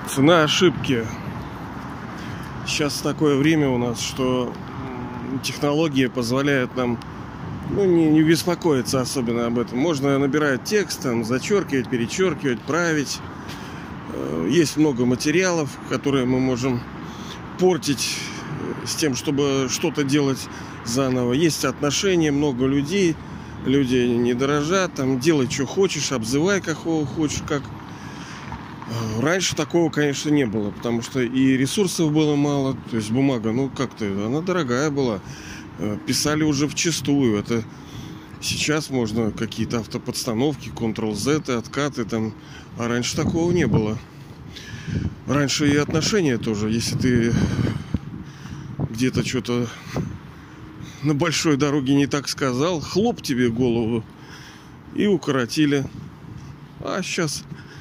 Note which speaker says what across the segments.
Speaker 1: Цена ошибки. Сейчас такое время у нас, что технология позволяет нам не беспокоиться особенно об этом. Можно набирать текст, там, зачеркивать, перечеркивать, править. Есть много материалов, которые мы можем портить с тем, чтобы что-то делать заново. Есть отношения, много людей. Люди не дорожат. Там, делай, что хочешь, обзывай, какого хочешь, как. Раньше такого, конечно, не было, потому что и ресурсов было мало. То есть бумага, она дорогая была. Писали уже вчистую. Это сейчас можно какие-то автоподстановки, Ctrl-Z, откаты там. А раньше такого не было. Раньше и отношения тоже. Если ты где-то что-то на большой дороге не так сказал, хлоп тебе голову и укоротили. А сейчас...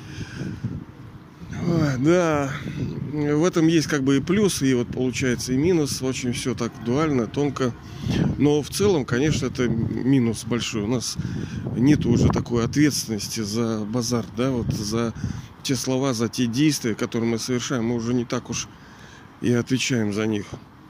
Speaker 1: Да, в этом есть как бы и плюс, и вот получается и минус. Очень все так дуально, тонко. Но в целом, конечно, это минус большой. У нас нет уже такой ответственности за базар, да, вот за те слова, за те действия, которые мы совершаем. Мы уже не так уж и отвечаем за них.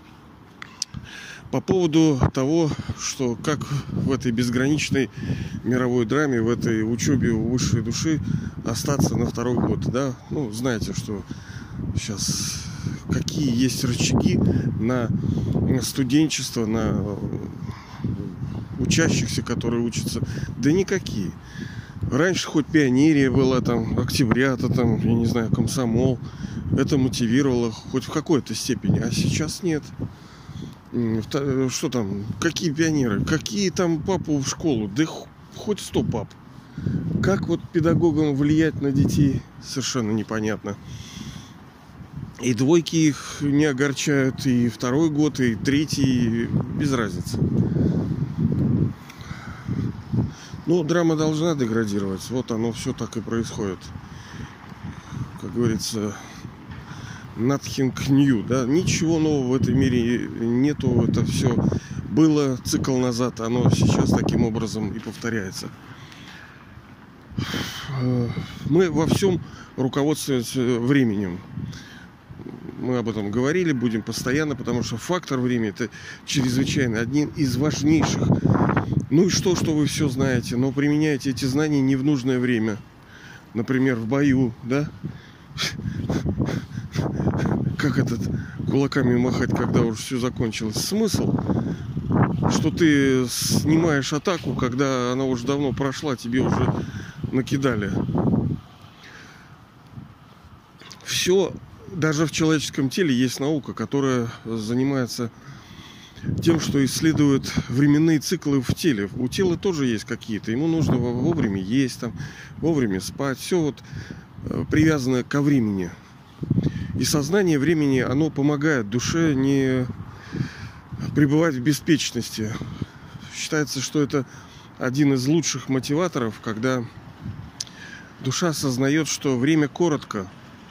Speaker 1: По поводу того, что как в этой безграничной мировой драме, в этой учебе у высшей души остаться на второй год, да? Знаете, что сейчас какие есть рычаги на студенчество, на учащихся, которые учатся. Да никакие. Раньше хоть пионерия была, там, октябрята, там, я не знаю, комсомол. Это мотивировало хоть в какой-то степени. А сейчас нет. Что там? Какие пионеры? Какие там папу в школу? Да хоть 100 пап. Как вот педагогам влиять на детей, совершенно непонятно. И двойки их не огорчают, и второй год, и третий, без разницы. Драма должна деградировать. Вот оно все так и происходит. Как говорится... Nothing new, да, ничего нового в этом мире нету, это все было цикл назад, оно сейчас таким образом и повторяется. Мы во всем руководствуемся временем. Мы об этом говорили, будем постоянно, потому что фактор времени это чрезвычайно один из важнейших. И что вы все знаете, но применяете эти знания не в нужное время. Например, в бою, да? Как кулаками махать, когда уже все закончилось? Смысл, что ты снимаешь атаку, когда она уже давно прошла, тебе уже накидали. Все, даже в человеческом теле есть наука, которая занимается тем, что исследует временные циклы в теле. У тела тоже есть какие-то. Ему нужно вовремя есть, вовремя спать. Все привязано ко времени. И сознание времени, оно помогает душе не пребывать в беспечности. Считается, что это один из лучших мотиваторов, когда душа осознает, что время коротко.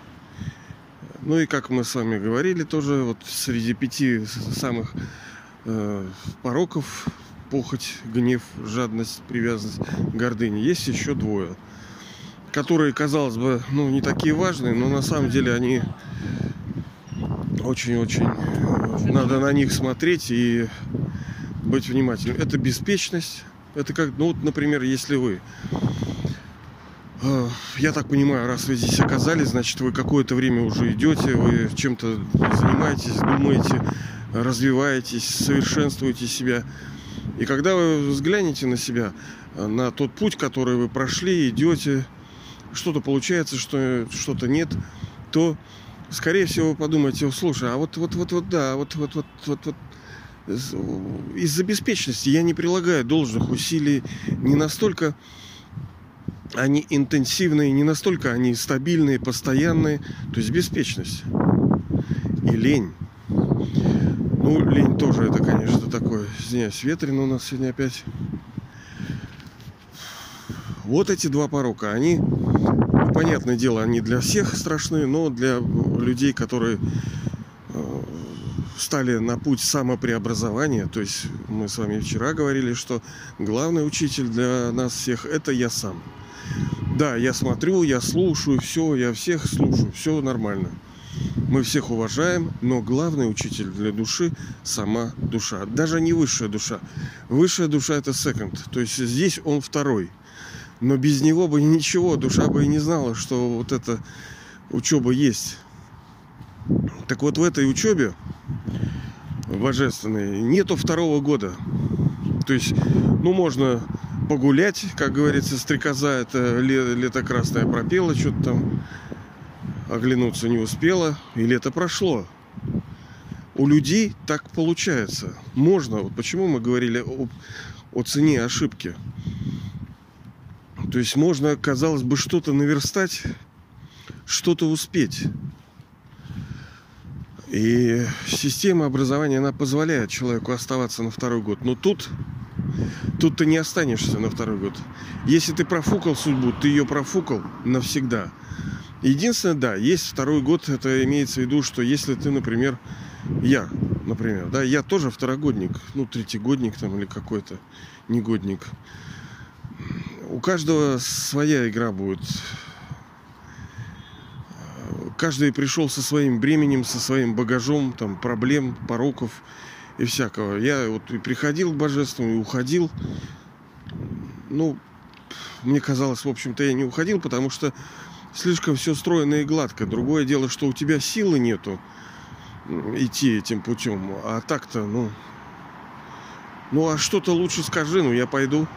Speaker 1: И как мы с вами говорили тоже, среди 5 самых пороков: похоть, гнев, жадность, привязанность, гордыня. Есть еще 2, которые, казалось бы, не такие важные, но на самом деле они очень-очень надо на них смотреть и быть внимательным. Это беспечность. Это как, например, если вы, я так понимаю, раз вы здесь оказались, значит, вы какое-то время уже идете, вы чем-то занимаетесь, думаете, развиваетесь, совершенствуете себя. И когда вы взглянете на себя, на тот путь, который вы прошли, идете, что-то получается, что-то нет, то, скорее всего, вы подумаете: слушай, из-за беспечности я не прилагаю должных усилий, не настолько они интенсивные, не настолько они стабильные, постоянные, то есть беспечность. И лень. Лень тоже это, конечно, такое, извиняюсь, ветрено у нас сегодня опять. Вот эти 2 порока, они, понятное дело, они для всех страшны, но для людей, которые стали на путь самопреобразования, то есть мы с вами вчера говорили, что главный учитель для нас всех — это я сам. Да, я смотрю, я слушаю, все, я всех слушаю, все нормально. Мы всех уважаем, но главный учитель для души – сама душа. Даже не высшая душа. Высшая душа – это секонд. То есть здесь он второй. Но без него бы ничего, душа бы и не знала, что вот эта учеба есть. Так вот, в этой учебе божественной нету второго года. То есть, ну, можно погулять, как говорится, стрекоза, это лето красное пропела, что-то там, оглянуться не успела, и лето прошло. У людей так получается. Можно, вот почему мы говорили о цене ошибки. То есть можно, казалось бы, что-то наверстать, что-то успеть. И система образования, она позволяет человеку оставаться на второй год. Но тут ты не останешься на второй год. Если ты профукал судьбу, ты ее профукал навсегда. Единственное, да, есть второй год, это имеется в виду, что если ты, например, я тоже второгодник, ну, третьегодник там или какой-то негодник. У каждого своя игра будет. Каждый пришел со своим бременем, со своим багажом, там, проблем, пороков и всякого. Я вот и приходил к божественному, и уходил. Ну, мне казалось, в общем-то, я не уходил, потому что слишком все стройно и гладко. Другое дело, что у тебя силы нету идти этим путем. А так-то, ну а что-то лучше скажи, я пойду.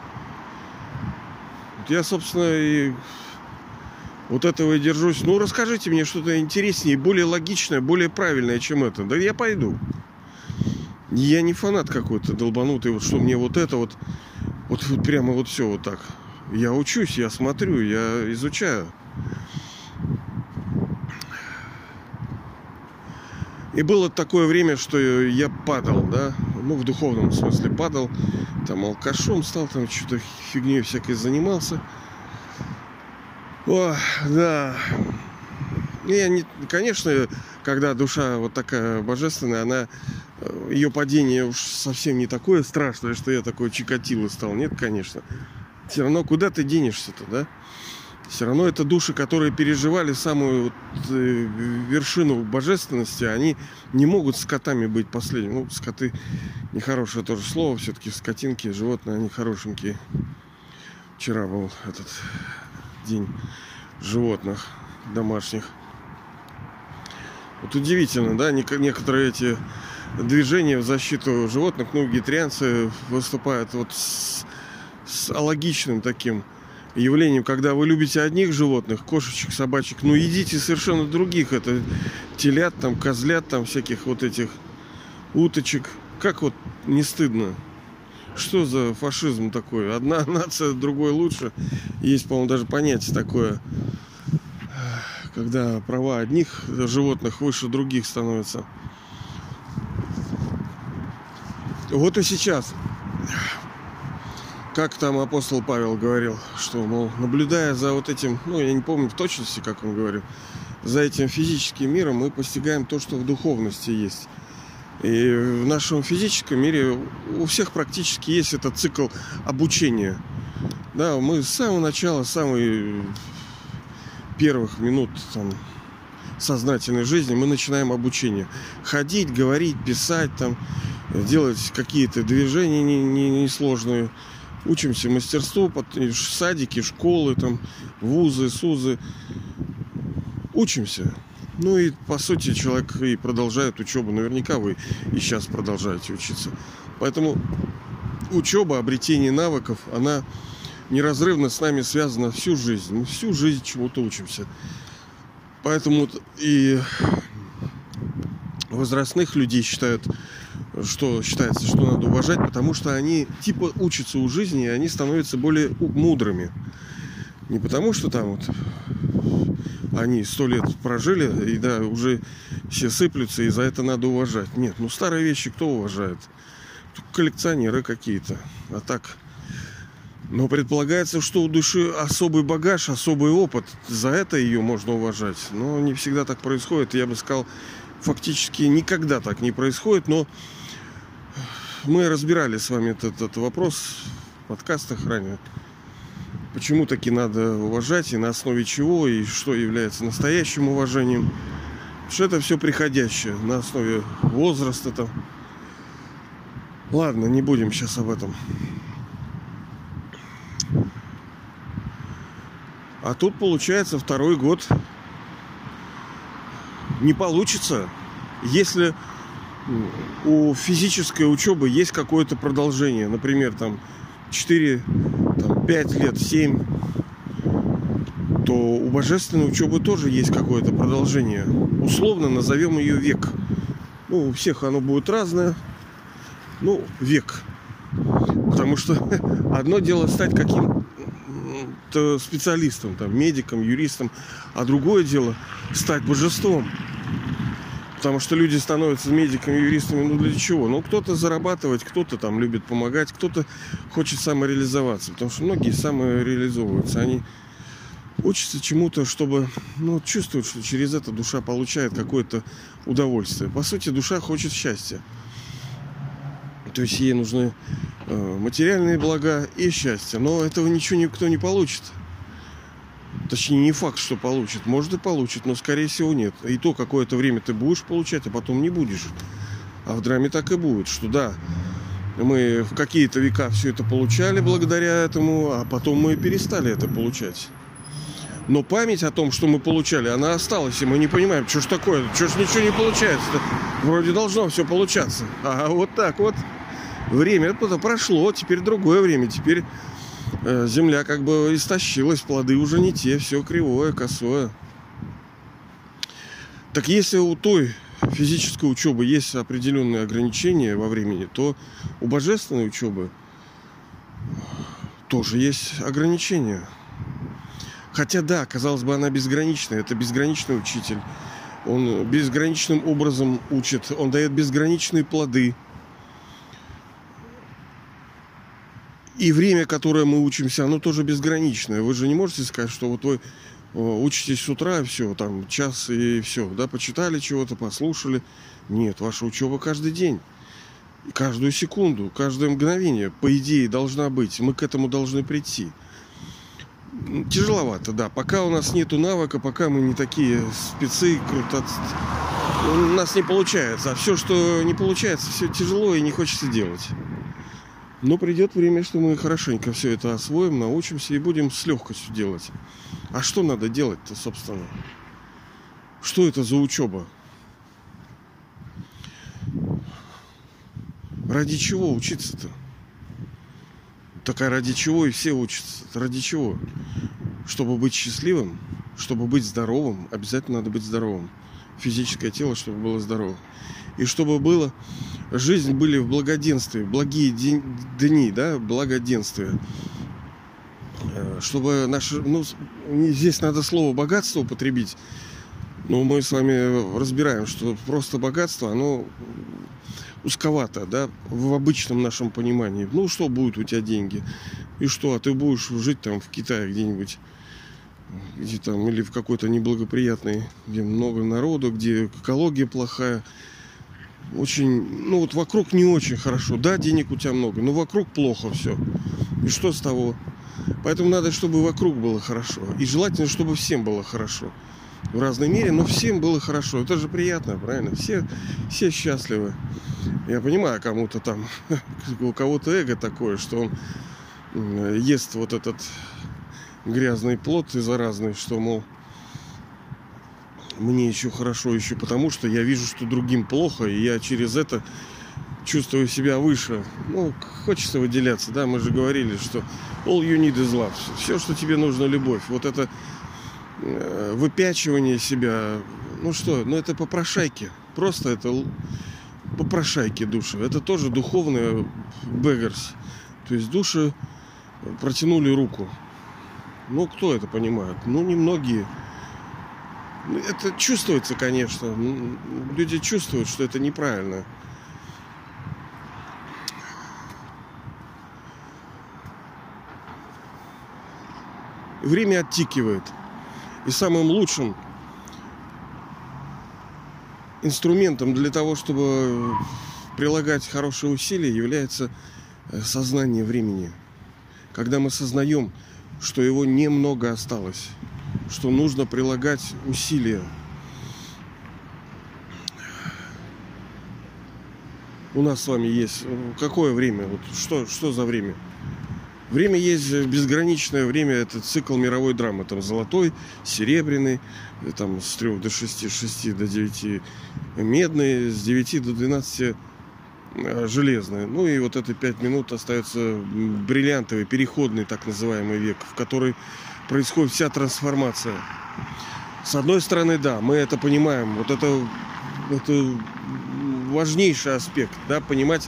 Speaker 1: Я, собственно, и вот этого и держусь. Ну, расскажите мне что-то интереснее, более логичное, более правильное, чем это. Да я пойду. Я не фанат какой-то долбанутый, вот что мне вот это вот прямо вот все вот так. Я учусь, я смотрю, я изучаю. И было такое время, что я падал, да, ну, в духовном смысле падал, там, алкашом стал, там, что-то фигней всякой занимался. О, да. Конечно, когда душа вот такая божественная, ее падение уж совсем не такое страшное, что я такой Чикатило стал. Нет, конечно. Все равно куда ты денешься-то, да? Все равно это души, которые переживали самую вершину божественности, они не могут скотами быть последними. Ну, скоты нехорошее тоже слово, все-таки скотинки, животные, они хорошенькие. Вчера был этот день животных домашних. Вот удивительно, да, некоторые эти движения в защиту животных, вегетарианцы выступают вот с алогичным таким явлением, когда вы любите одних животных, кошечек, собачек, едите совершенно других. Это телят, там, козлят, там, всяких вот этих уточек. Как вот не стыдно? Что за фашизм такой? Одна нация, другой лучше. Есть, по-моему, даже понятие такое, когда права одних животных выше других становятся. Вот и сейчас. Как там апостол Павел говорил, что, мол, наблюдая за вот этим, я не помню в точности, как он говорил, за этим физическим миром мы постигаем то, что в духовности есть. И в нашем физическом мире у всех практически есть этот цикл обучения. Да, мы с самого начала, с самых первых минут там, сознательной жизни мы начинаем обучение. Ходить, говорить, писать, там, делать какие-то движения несложные. Учимся мастерству, садики, школы, там, вузы, СУЗы. Учимся. И, по сути, человек и продолжает учебу. Наверняка вы и сейчас продолжаете учиться. Поэтому учеба, обретение навыков, она неразрывно с нами связана всю жизнь. Мы всю жизнь чему-то учимся. Поэтому и возрастных людей считается, что надо уважать, потому что они типа учатся у жизни, и они становятся более мудрыми. Не потому что там вот они 100 лет прожили, и да, уже все сыплются, и за это надо уважать. Нет, старые вещи кто уважает? Коллекционеры какие-то. А так... Но предполагается, что у души особый багаж, особый опыт. За это ее можно уважать. Но не всегда так происходит. Я бы сказал, фактически никогда так не происходит. Но мы разбирали с вами этот вопрос в подкастах ранее. почему таки надо уважать, и на основе чего, и что является настоящим уважением. Потому что это все приходящее, на основе возраста там. Ладно, не будем сейчас об этом. А тут получается второй год не получится, если у физической учебы есть какое-то продолжение. Например, там 4, 5 лет, 7. То у божественной учебы тоже есть какое-то продолжение. Условно назовем ее век. Ну, у всех оно будет разное. Ну, век. Потому что одно дело стать каким-то специалистом, там, медиком, юристом, а другое дело стать божеством. Потому что люди становятся медиками, юристами, ну для чего? Ну, кто-то зарабатывать, кто-то там любит помогать, кто-то хочет самореализоваться. Потому что многие самореализовываются. Они учатся чему-то, чтобы, ну, чувствуют, что через это душа получает какое-то удовольствие. По сути, душа хочет счастья. То есть ей нужны материальные блага и счастье. Но этого ничего никто не получит. Точнее, не факт, что получит. Может и получит, но скорее всего нет. И то какое-то время ты будешь получать, а потом не будешь. А в драме так и будет, что да, мы в какие-то века все это получали благодаря этому, а потом мы перестали это получать. Но память о том, что мы получали, она осталась, и мы не понимаем, что ж такое, что ж ничего не получается. Вроде должно все получаться. А вот так вот. Время прошло, теперь другое время. Теперь земля как бы истощилась, плоды уже не те, все кривое, косое. Так если у той физической учебы есть определенные ограничения во времени, то у божественной учебы тоже есть ограничения. Хотя да, казалось бы, она безграничная. Это безграничный учитель. Он безграничным образом учит. Он дает безграничные плоды. И время, которое мы учимся, оно тоже безграничное. Вы же не можете сказать, что вот вы учитесь с утра, и все, там час и все, да, почитали чего-то, послушали. Нет, ваша учеба каждый день. Каждую секунду, каждое мгновение, по идее, должна быть. Мы к этому должны прийти. Тяжеловато, да. Пока у нас нету навыка, пока мы не такие спецы, у нас не получается. А все, что не получается, все тяжело и не хочется делать. Но придет время, что мы хорошенько все это освоим, научимся и будем с легкостью делать. А что надо делать-то, собственно? Что это за учеба? Ради чего учиться-то? Так а ради чего и все учатся? Ради чего? Чтобы быть счастливым, чтобы быть здоровым, обязательно надо быть здоровым. Физическое тело, чтобы было здоровым. И чтобы было жизнь были в благоденствии, благие дни, да, благоденствие. Чтобы наше, ну, здесь надо слово богатство употребить. Но мы с вами разбираем, что просто богатство, оно узковато, да, в обычном нашем понимании. Ну, что будет у тебя деньги? И что? А ты будешь жить там в Китае где-нибудь, где там, или в какой-то неблагоприятной, где много народу, где экология плохая. Очень, ну вот вокруг не очень хорошо. Да, денег у тебя много, но вокруг плохо все. И что с того? Поэтому надо, чтобы вокруг было хорошо. И желательно, чтобы всем было хорошо. В разной мере, но всем было хорошо. Это же приятно, правильно? Все счастливы. Я понимаю, кому-то там, у кого-то эго такое, что он ест вот этот грязный плод и заразный, что, мол, мне еще хорошо, еще потому, что я вижу, что другим плохо, и я через это чувствую себя выше. Ну, хочется выделяться, да, мы же говорили, что all you need is love. Все, что тебе нужно, любовь. Вот это выпячивание себя, ну что, ну это попрошайки. Просто это попрошайки души. Это тоже духовные beggars. То есть души протянули руку. Ну, кто это понимает? Ну, немногие. Это чувствуется, конечно. Люди чувствуют, что это неправильно. Время оттикивает. И самым лучшим инструментом для того, чтобы прилагать хорошие усилия, является сознание времени. Когда мы сознаем что его немного осталось, что нужно прилагать усилия. У нас с вами есть какое время? Вот что за время? Время есть безграничное время. Это цикл мировой драмы. Там золотой, серебряный, там с 3 до 6, с 6 до 9 медный, с 9 до 12 железный. Ну и вот это 5 минут остается бриллиантовый, переходный так называемый век, в который происходит вся трансформация. С одной стороны, да, мы это понимаем. Вот это важнейший аспект, да, понимать,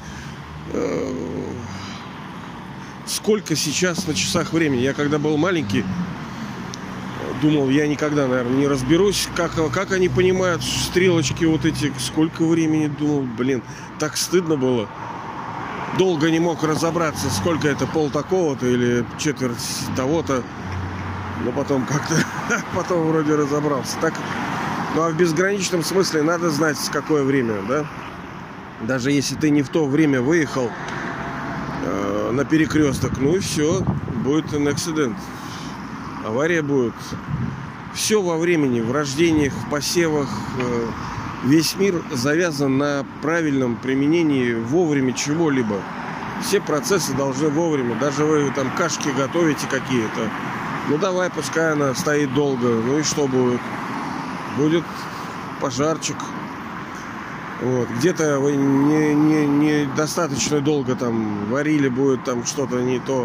Speaker 1: сколько сейчас на часах времени. Я когда был маленький, думал, я никогда, наверное, не разберусь, как они понимают стрелочки вот эти, сколько времени. Думал, блин, так стыдно было. Долго не мог разобраться, сколько это, пол такого-то или четверть того-то. Но потом как-то, потом вроде разобрался. Так, ну а в безграничном смысле надо знать, какое время, да? Даже если ты не в то время выехал на перекресток, ну и все, будет accident. Авария будет. Все во времени, в рождениях, в посевах. Весь мир завязан на правильном применении вовремя чего-либо. Все процессы должны вовремя. Даже вы там кашки готовите какие-то. Ну давай, пускай она стоит долго. Ну и что будет? Будет пожарчик. Вот. Где-то вы не достаточно долго там варили, будет там что-то не то.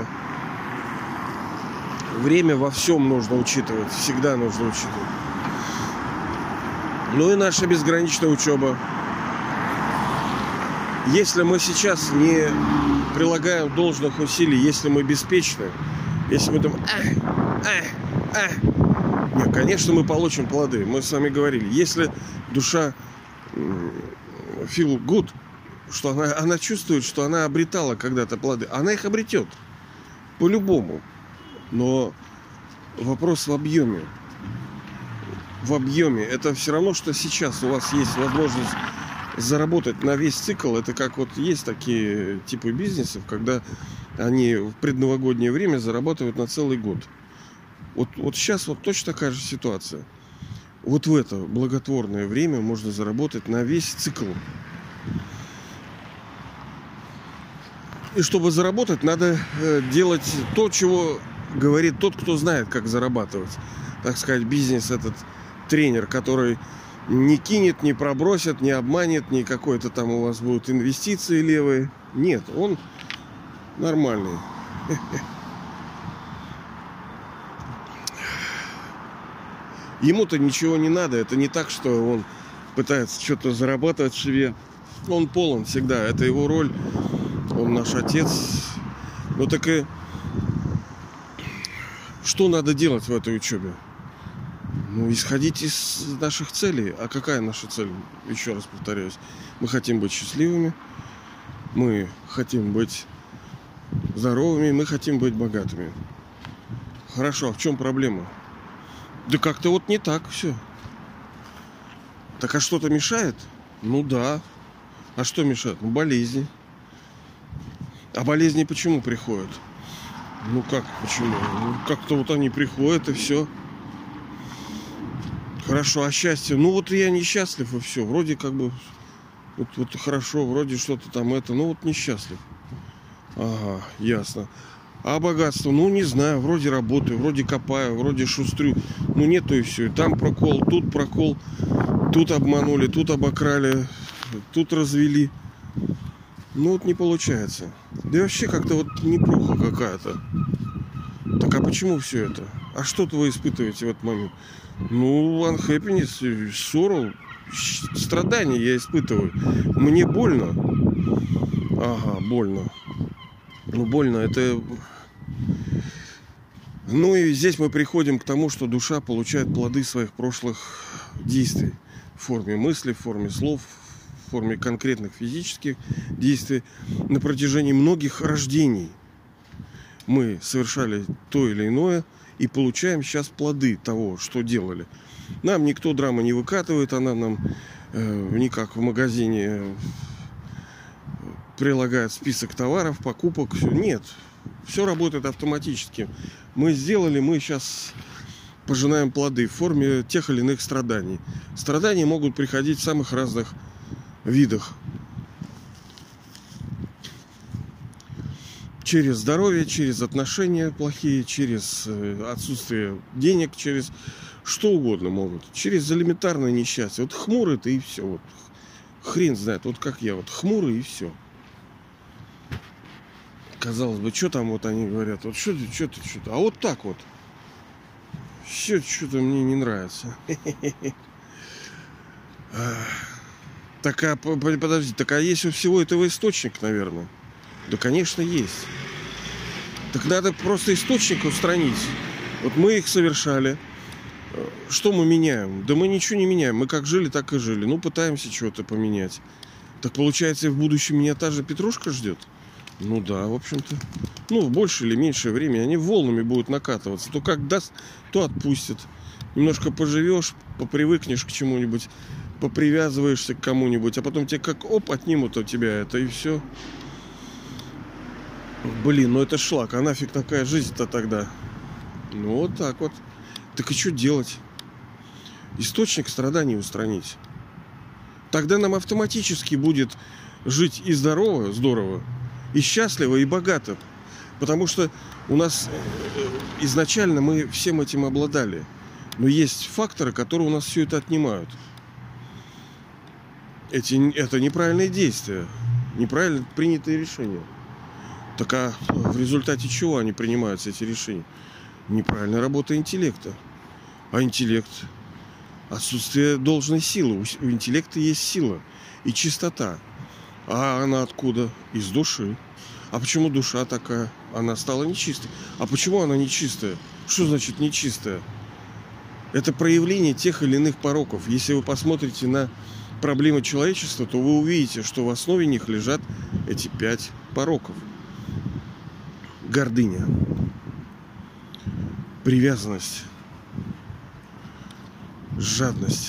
Speaker 1: Время во всем нужно учитывать. Всегда нужно учитывать. Ну и наша безграничная учеба. Если мы сейчас не прилагаем должных усилий, если мы беспечны, если мы думаем, нет, конечно, мы получим плоды. Мы с вами говорили, если душа feel good, что она чувствует, что она обретала когда-то плоды, она их обретет по-любому. Но вопрос в объеме. В объеме. Это все равно, что сейчас у вас есть возможность заработать на весь цикл. Это как вот есть такие типы бизнесов, когда они в предновогоднее время зарабатывают на целый год. Вот сейчас вот точно такая же ситуация. Вот в это благотворное время можно заработать на весь цикл. И чтобы заработать, надо делать то, чего говорит тот, кто знает, как зарабатывать. Так сказать, бизнес этот тренер, который не кинет, не пробросит, не обманет, не какой-то там у вас будут инвестиции левые. Нет, он нормальный. Ему-то ничего не надо. Это не так, что он пытается что-то зарабатывать себе. Он полон всегда. Это его роль. Он наш отец. Ну так и что надо делать в этой учебе? Ну, исходить из наших целей. А какая наша цель? Еще раз повторяюсь. Мы хотим быть счастливыми. Мы хотим быть здоровыми. Мы хотим быть богатыми. Хорошо, а в чем проблема? Да как-то вот не так все. Так а что-то мешает? Ну да. А что мешает? Ну болезни. А болезни почему приходят? Ну как почему? Ну, как-то вот они приходят и все. Хорошо, а счастье? Ну вот я несчастлив и все. Вроде как бы вот хорошо, вроде что-то там это. Ну вот несчастлив. Ага, ясно. А богатство? Ну не знаю. Вроде работаю, вроде копаю, вроде шустрю. Ну нету и все. Там прокол, тут обманули, тут обокрали, тут развели. Ну вот не получается. Да и вообще как-то вот непруха какая-то. Так а почему все это? А что-то вы испытываете в этот момент? Ну, unhappiness, sorrow, страдания я испытываю. Мне больно. Ага, больно. Ну, больно, это... Ну и здесь мы приходим к тому, что душа получает плоды своих прошлых действий. В форме мыслей, в форме слов, в форме конкретных физических действий на протяжении многих рождений. Мы совершали то или иное и получаем сейчас плоды того, что делали. Нам никто драмы не выкатывает, она нам никак в магазине прилагает список товаров, покупок. Нет. Все работает автоматически. Мы сделали, мы сейчас пожинаем плоды в форме тех или иных страданий. Страдания могут приходить в самых разных видах. Через здоровье, через отношения плохие, через отсутствие денег, через что угодно могут. Через элементарное несчастье. Вот хмурый ты и все. Вот. Хрен знает, вот как я, вот хмурый и все. Казалось бы, что там вот они говорят, вот что-то, а вот так вот. Что-то мне не нравится. Так, подожди, так а есть у всего этого источник, наверное? Да, конечно, есть. Так надо просто источник устранить. Вот мы их совершали. Что мы меняем? Да мы ничего не меняем. Мы как жили, так и жили. Ну, пытаемся что-то поменять. Так получается, и в будущем меня та же петрушка ждет? Ну да, в общем-то. Ну, в большее или меньшее время они волнами будут накатываться. То как даст, то отпустит. Немножко поживешь, попривыкнешь к чему-нибудь, попривязываешься к кому-нибудь, а потом тебе как оп, отнимут от тебя это, и все. Блин, ну это шлак, а нафиг такая жизнь-то тогда? Ну вот так вот. Так и что делать? Источник страданий устранить. Тогда нам автоматически будет жить и здорово, и счастливо, и богато. Потому что у нас изначально мы всем этим обладали. Но есть факторы, которые у нас все это отнимают. Это неправильные действия, неправильно принятые решения. Так а в результате чего они принимаются, эти решения? Неправильная работа интеллекта. А интеллект – отсутствие должной силы. У интеллекта есть сила и чистота. А она откуда? Из души. А почему душа такая? Она стала нечистой. А почему она нечистая? Что значит нечистая? Это проявление тех или иных пороков. Если вы посмотрите на проблемы человечества, то вы увидите, что в основе них лежат эти 5 пороков. Гордыня, привязанность, жадность,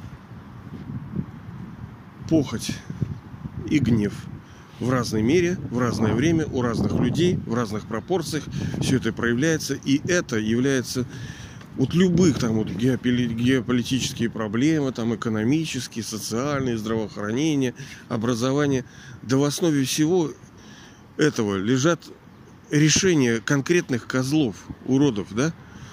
Speaker 1: похоть и гнев. В разной мере, в разное время, у разных людей, в разных пропорциях все это проявляется. И это является вот любых там вот геополитические проблемы, там экономические, социальные, здравоохранение, образование. Да в основе всего этого лежат решения конкретных козлов, уродов, да?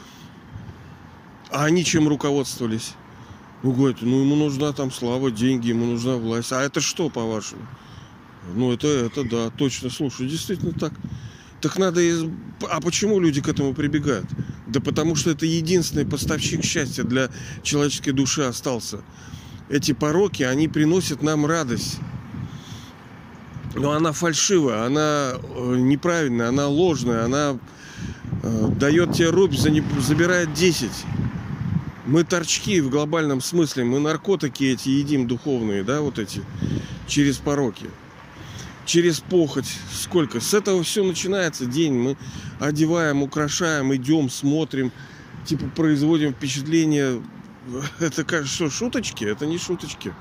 Speaker 1: А они чем руководствовались? Ну, говорят, ну ему нужна там слава, деньги, ему нужна власть. А это что, по-вашему? Ну, это да, точно, слушай, действительно так. Так надо... А почему люди к этому прибегают? Да потому что это единственный поставщик счастья для человеческой души остался. Эти пороки, они приносят нам радость. Но она фальшивая, она неправильная, она ложная, она дает тебе рубь, забирает 10. Мы торчки в глобальном смысле, мы наркотики эти едим духовные, да, вот эти, через пороки. Через похоть. Сколько? С этого все начинается день. Мы одеваем, украшаем, идем, смотрим, типа производим впечатление. Это как что, шуточки? Это не шуточки.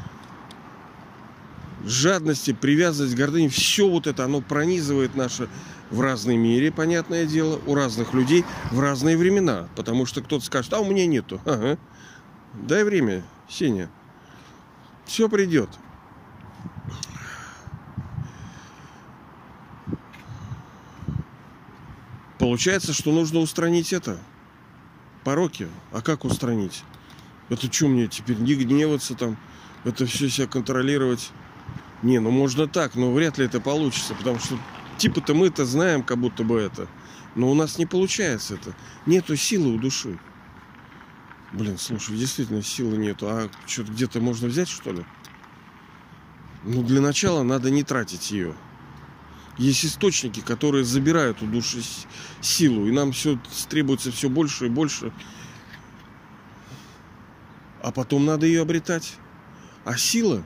Speaker 1: Жадности, привязанность, гордыня, все вот это, оно пронизывает наше в разной мере, понятное дело, у разных людей в разные времена. Потому что кто-то скажет, а у меня нету. Ага. Дай время, Сеня. Все придет. Получается, что нужно устранить это. Пороки. А как устранить? Это что мне теперь не гневаться там? Это все себя контролировать? Не, ну можно так, но вряд ли это получится. Потому что типа-то мы-то знаем, как будто бы это. Но у нас не получается это. Нету силы у души. Блин, слушай, действительно силы нету. А что-то где-то можно взять, что ли? Ну, для начала надо не тратить ее. Есть источники, которые забирают у души силу, и нам все требуется все больше и больше. А потом надо ее обретать. А сила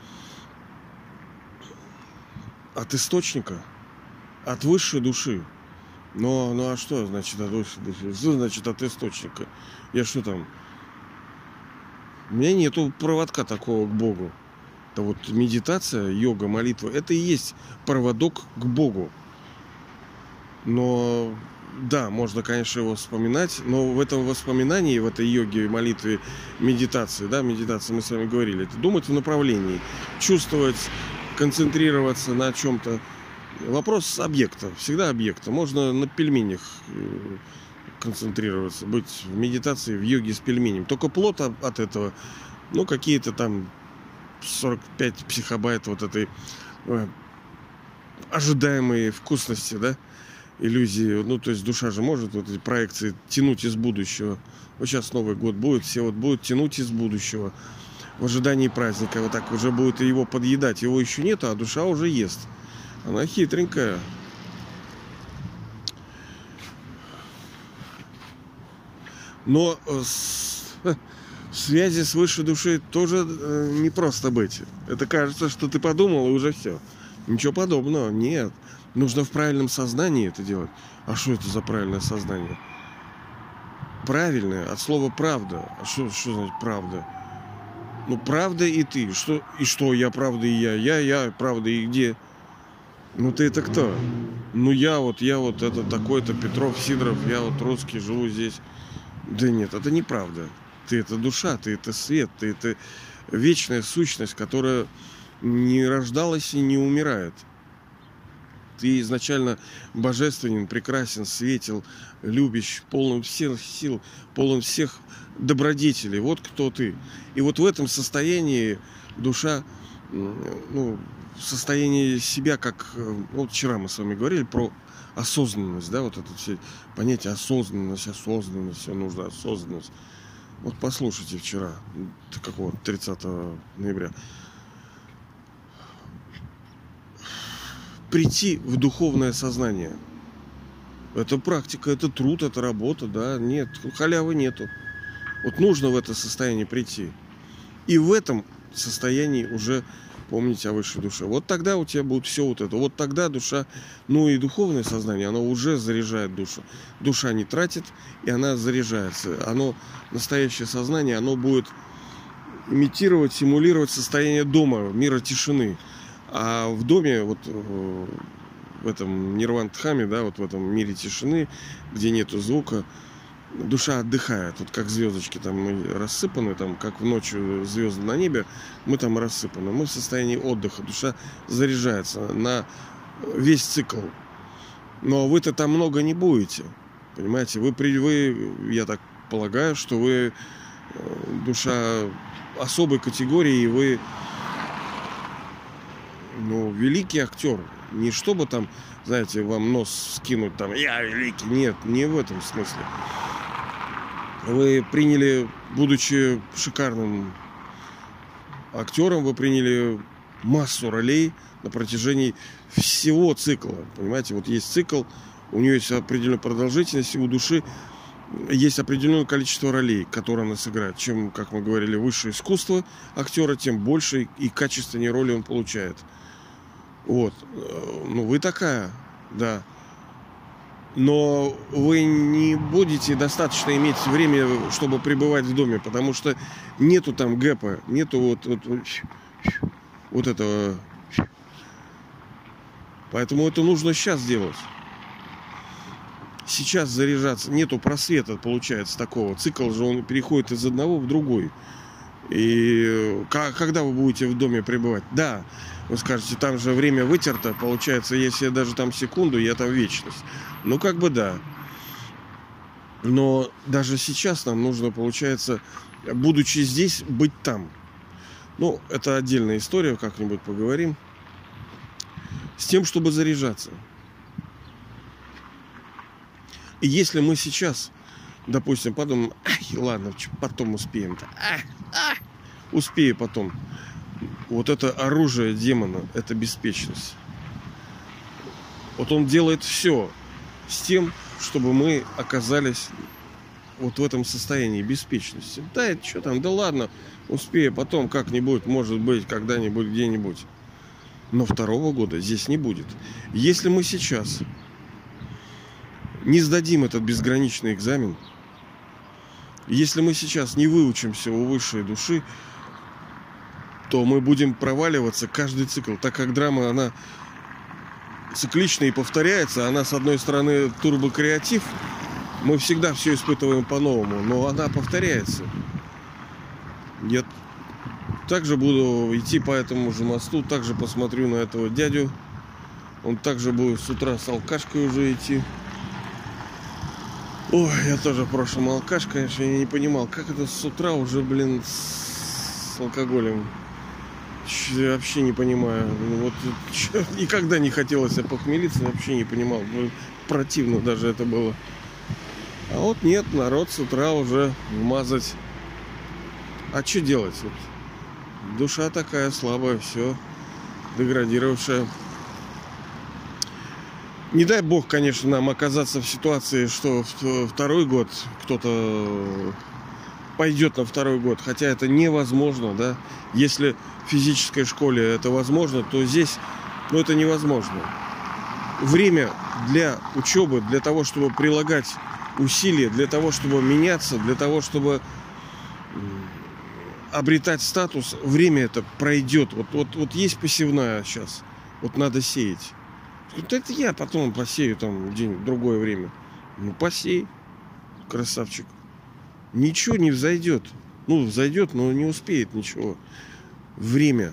Speaker 1: от источника, от высшей души. Ну а что значит от высшей души? Что значит от источника? Я что там? У меня нету проводка такого к Богу. Это вот медитация, йога, молитва, это и есть проводок к Богу. Но да, можно, конечно, его вспоминать, но в этом воспоминании, в этой йоге, молитве, медитации, да, медитация, мы с вами говорили, это думать в направлении, чувствовать, концентрироваться на чем-то. Вопрос объекта, всегда объекта. Можно на пельменях концентрироваться, быть в медитации, в йоге с пельменем. Только плод от этого, ну, какие-то там 45 психобайт вот этой ожидаемой вкусности, да, иллюзии. Ну, то есть душа же может вот эти проекции тянуть из будущего. Вот сейчас Новый год будет, все вот будут тянуть из будущего в ожидании праздника. Вот так уже будет его подъедать. Его еще нету, а душа уже ест. Она хитренькая. Но в связи с высшей душой тоже не просто быть. Это кажется, что ты подумал, и уже все. Ничего подобного. Нет. Нужно в правильном сознании это делать. А что это за правильное сознание? Правильное от слова правда. А что значит правда? Ну, правда и ты. Что я правда и я? Я правда и где? Ну, ты это кто? Ну, я вот это такой-то Петров, Сидоров, я вот русский, живу здесь. Да нет, это неправда. Ты это душа, ты это свет, ты это вечная сущность, которая не рождалась и не умирает. Ты изначально божественен, прекрасен, светел, любящий, полон всех сил, полон всех добродетелей. Вот кто ты. И вот в этом состоянии душа, ну, состояние себя, как вот вчера мы с вами говорили про осознанность, да, вот это все понятие осознанность, все нужно осознанность. Вот послушайте вчера, какого 30 ноября. Прийти в духовное сознание. Это практика, это труд, это работа, да, нет, халявы нету. Вот нужно в это состояние прийти. И в этом состоянии уже помнить о высшей душе. Вот тогда у тебя будет все вот это. Вот тогда душа, ну и духовное сознание, оно уже заряжает душу. Душа не тратит, и она заряжается. Оно, настоящее сознание, оно будет имитировать, симулировать состояние дома, мира тишины. А в доме, вот в этом нирван-дхаме, да, вот в этом мире тишины, где нету звука, душа отдыхает. Вот как звездочки там мы рассыпаны, там, как в ночью звезды на небе, мы там рассыпаны. Мы в состоянии отдыха. Душа заряжается на весь цикл. Но вы-то там много не будете. Понимаете? Вы, я так полагаю, что вы душа особой категории, и вы, ну, великий актер. Не чтобы там, знаете, вам нос скинуть, там, я великий. Нет, не в этом смысле. Вы приняли, будучи шикарным актером, вы приняли массу ролей на протяжении всего цикла. Понимаете, вот есть цикл, у нее есть определенная продолжительность, у души есть определенное количество ролей, которые она сыграет. Чем, как мы говорили, выше искусство актера, тем больше и качественнее роли он получает. Вот. Ну, вы такая, да. Но вы не будете достаточно иметь время, чтобы пребывать в доме, потому что нету там гэпа, нету вот этого. Поэтому это нужно сейчас делать. Сейчас заряжаться. Нету просвета, получается, такого. Цикл же, он переходит из одного в другой. И когда вы будете в доме пребывать? Да, вы скажете, там же время вытерто. Получается, если я даже там секунду, я там вечность. Ну, как бы да. Но даже сейчас нам нужно, получается, будучи здесь, быть там. Ну, это отдельная история, как-нибудь поговорим. С тем, чтобы заряжаться. И если мы сейчас, допустим, подумаем, ладно, потом успеем-то. Успею потом. Вот это оружие демона, это беспечность. Вот он делает все с тем, чтобы мы оказались вот в этом состоянии беспечности. Да, это что там, да ладно, успею потом как-нибудь, может быть, когда-нибудь, где-нибудь. Но второго года здесь не будет. Если мы сейчас не сдадим этот безграничный экзамен, если мы сейчас не выучимся у высшей души, то мы будем проваливаться каждый цикл, так как драма, она циклично и повторяется. Она, с одной стороны, турбокреатив. Мы всегда все испытываем по-новому, но она повторяется. Я также буду идти по этому же мосту, также посмотрю на этого дядю. Он также будет с утра с алкашкой уже идти. Ой, я тоже в прошлом алкаш, конечно, я не понимал, как это с утра уже, блин, с алкоголем. Я вообще не понимаю. Вот никогда не хотелось опохмелиться, вообще не понимал. Противно даже это было. А вот нет, народ с утра уже вмазать. А что делать? Вот душа такая слабая, все деградировавшая. Не дай бог, конечно, нам оказаться в ситуации, что второй год кто-то пойдет на второй год. Хотя это невозможно, да. Если в физической школе это возможно, то здесь, это невозможно. Время для учебы, для того, чтобы прилагать усилия, для того, чтобы меняться, для того, чтобы обретать статус, время это пройдет. Вот есть посевная сейчас. Вот надо сеять. Вот это я потом посею там другое время. Посей, красавчик. Ничего не взойдет. Взойдет, но не успеет ничего. Время.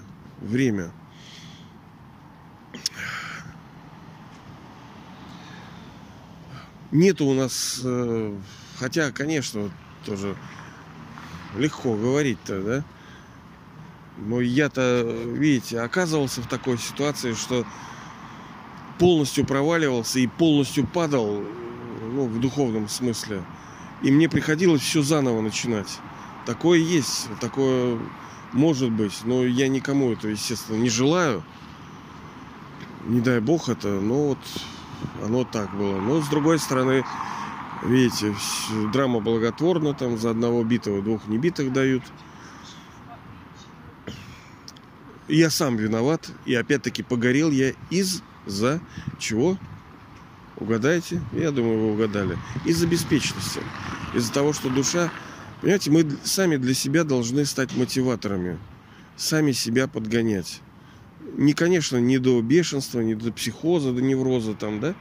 Speaker 1: Нету у нас, хотя, конечно, тоже легко говорить-то, да? Но я-то, видите, оказывался в такой ситуации, что полностью проваливался и полностью падал, в духовном смысле. И мне приходилось все заново начинать. Такое есть, такое может быть. Но я никому это, естественно, не желаю. Не дай бог это, но вот оно так было. Но с другой стороны, видите, драма благотворна, там за одного битого двух небитых дают. Я сам виноват. И опять-таки погорел я из-за чего? Угадайте? Я думаю, вы угадали. Из-за беспечности. Из-за того, что душа... Понимаете, мы сами для себя должны стать мотиваторами. Сами себя подгонять. Не, конечно, не до бешенства, не до психоза, до невроза там, да?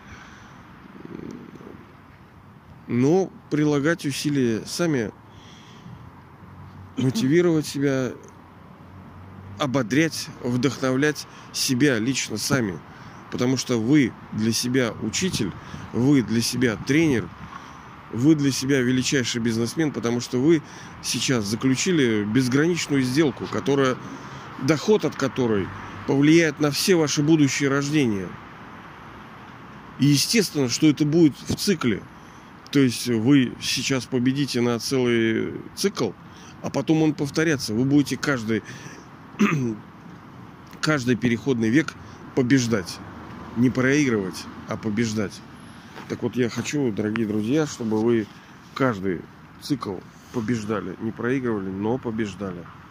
Speaker 1: Но прилагать усилия сами, мотивировать себя, ободрять, вдохновлять себя лично сами. Потому что вы для себя учитель, вы для себя тренер, вы для себя величайший бизнесмен, потому что вы сейчас заключили безграничную сделку, доход от которой повлияет на все ваши будущие рождения. И естественно, что это будет в цикле. То есть вы сейчас победите на целый цикл, а потом он повторяться. Вы будете каждый переходный век побеждать. Не проигрывать, а побеждать. Так вот, я хочу, дорогие друзья, чтобы вы каждый цикл побеждали. Не проигрывали, но побеждали.